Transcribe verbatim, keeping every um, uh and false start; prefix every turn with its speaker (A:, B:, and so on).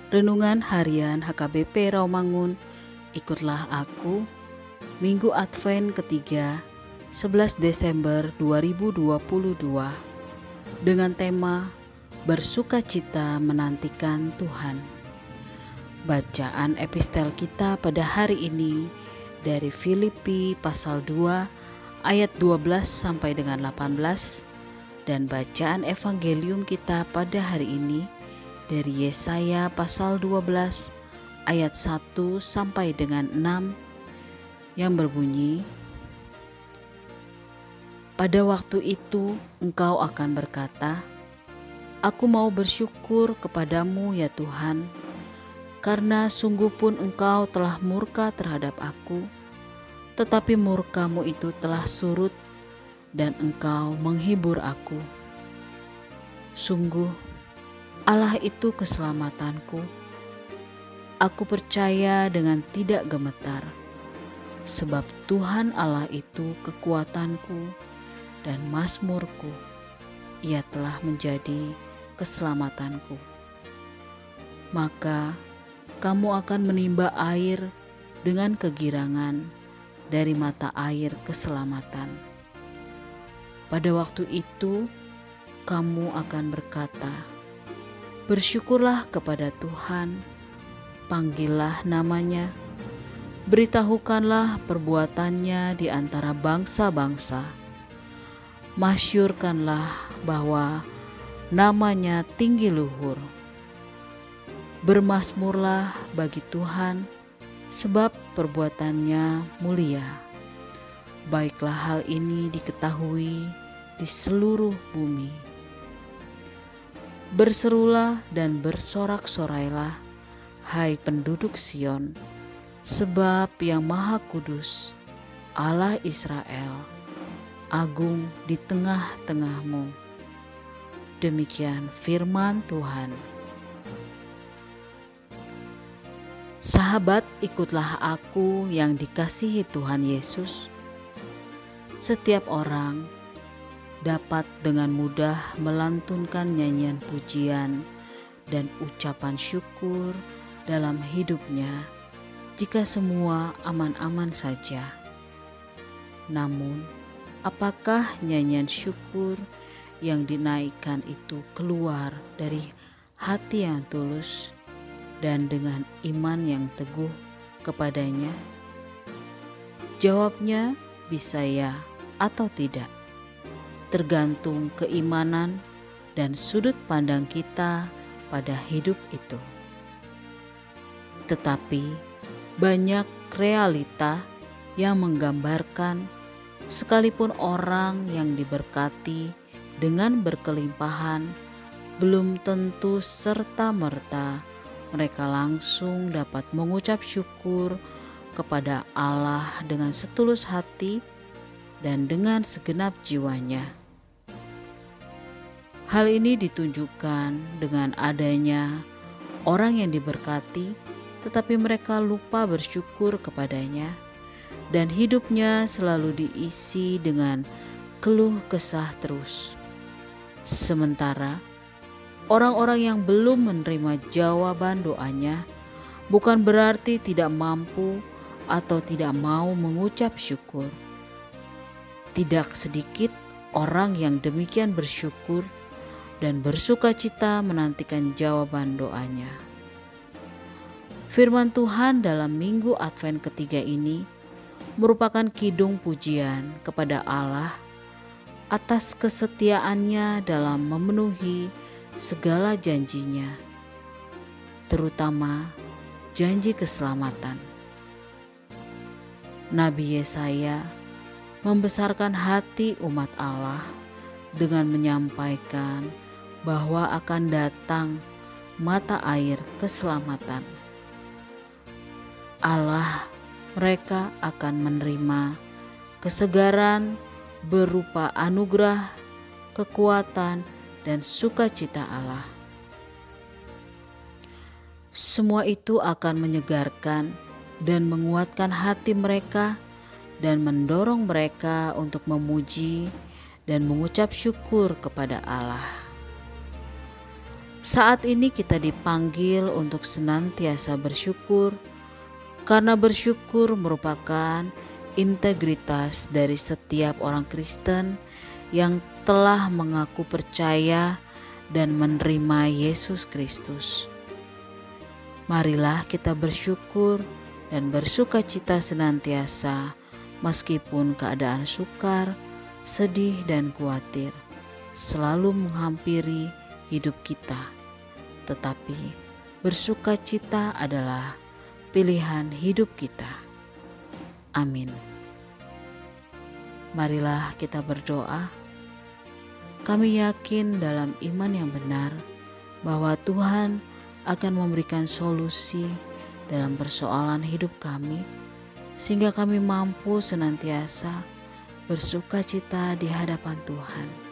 A: Renungan Harian H K B P Rawamangun, ikutlah aku, Minggu Advent ketiga, sebelas Desember dua ribu dua puluh dua, dengan tema Bersukacita Menantikan Tuhan. Bacaan epistel kita pada hari ini dari Filipi pasal dua ayat dua belas sampai dengan delapan belas, dan bacaan evangelium kita pada hari ini dari Yesaya pasal dua belas ayat satu sampai dengan enam yang berbunyi, "Pada waktu itu engkau akan berkata, Aku mau bersyukur kepadamu ya Tuhan, karena sungguh pun engkau telah murka terhadap aku, tetapi murkamu itu telah surut dan engkau menghibur aku. Sungguh Allah itu keselamatanku. Aku percaya dengan tidak gemetar, sebab Tuhan Allah itu kekuatanku dan mazmurku. Ia telah menjadi keselamatanku. Maka kamu akan menimba air dengan kegirangan dari mata air keselamatan. Pada waktu itu kamu akan berkata, Bersyukurlah kepada Tuhan, panggillah namanya, beritahukanlah perbuatannya di antara bangsa-bangsa, masyurkanlah bahwa namanya tinggi luhur. Bermazmurlah bagi Tuhan, sebab perbuatannya mulia. Baiklah hal ini diketahui di seluruh bumi. Berserulah dan bersorak-sorailah, hai penduduk Sion, sebab yang Maha Kudus, Allah Israel, agung di tengah-tengahmu." Demikian firman Tuhan. Sahabat, ikutlah aku yang dikasihi Tuhan Yesus. Setiap orang dapat dengan mudah melantunkan nyanyian pujian dan ucapan syukur dalam hidupnya jika semua aman-aman saja. Namun, apakah nyanyian syukur yang dinaikkan itu keluar dari hati yang tulus dan dengan iman yang teguh kepadanya? Jawabnya bisa ya atau tidak, tergantung keimanan dan sudut pandang kita pada hidup itu. Tetapi banyak realita yang menggambarkan sekalipun orang yang diberkati dengan berkelimpahan, belum tentu serta-merta mereka langsung dapat mengucap syukur kepada Allah dengan setulus hati dan dengan segenap jiwanya. Hal ini ditunjukkan dengan adanya orang yang diberkati tetapi mereka lupa bersyukur kepadanya dan hidupnya selalu diisi dengan keluh kesah terus. Sementara orang-orang yang belum menerima jawaban doanya bukan berarti tidak mampu atau tidak mau mengucap syukur. Tidak sedikit orang yang demikian bersyukur dan bersukacita menantikan jawaban doanya. Firman Tuhan dalam Minggu Advent ketiga ini merupakan kidung pujian kepada Allah atas kesetiaannya dalam memenuhi segala janjinya, terutama janji keselamatan. Nabi Yesaya membesarkan hati umat Allah dengan menyampaikan bahwa akan datang mata air keselamatan. Allah mereka akan menerima kesegaran berupa anugerah, kekuatan, dan sukacita Allah. Semua itu akan menyegarkan dan menguatkan hati mereka dan mendorong mereka untuk memuji dan mengucap syukur kepada Allah. Saat ini kita dipanggil untuk senantiasa bersyukur, karena bersyukur merupakan integritas dari setiap orang Kristen yang telah mengaku percaya dan menerima Yesus Kristus. Marilah kita bersyukur dan bersukacita senantiasa meskipun keadaan sukar, sedih dan khawatir selalu menghampiri hidup kita. Tetapi bersukacita adalah pilihan hidup kita. Amin. Marilah kita berdoa. Kami yakin dalam iman yang benar bahwa Tuhan akan memberikan solusi dalam persoalan hidup kami, sehingga kami mampu senantiasa bersukacita di hadapan Tuhan.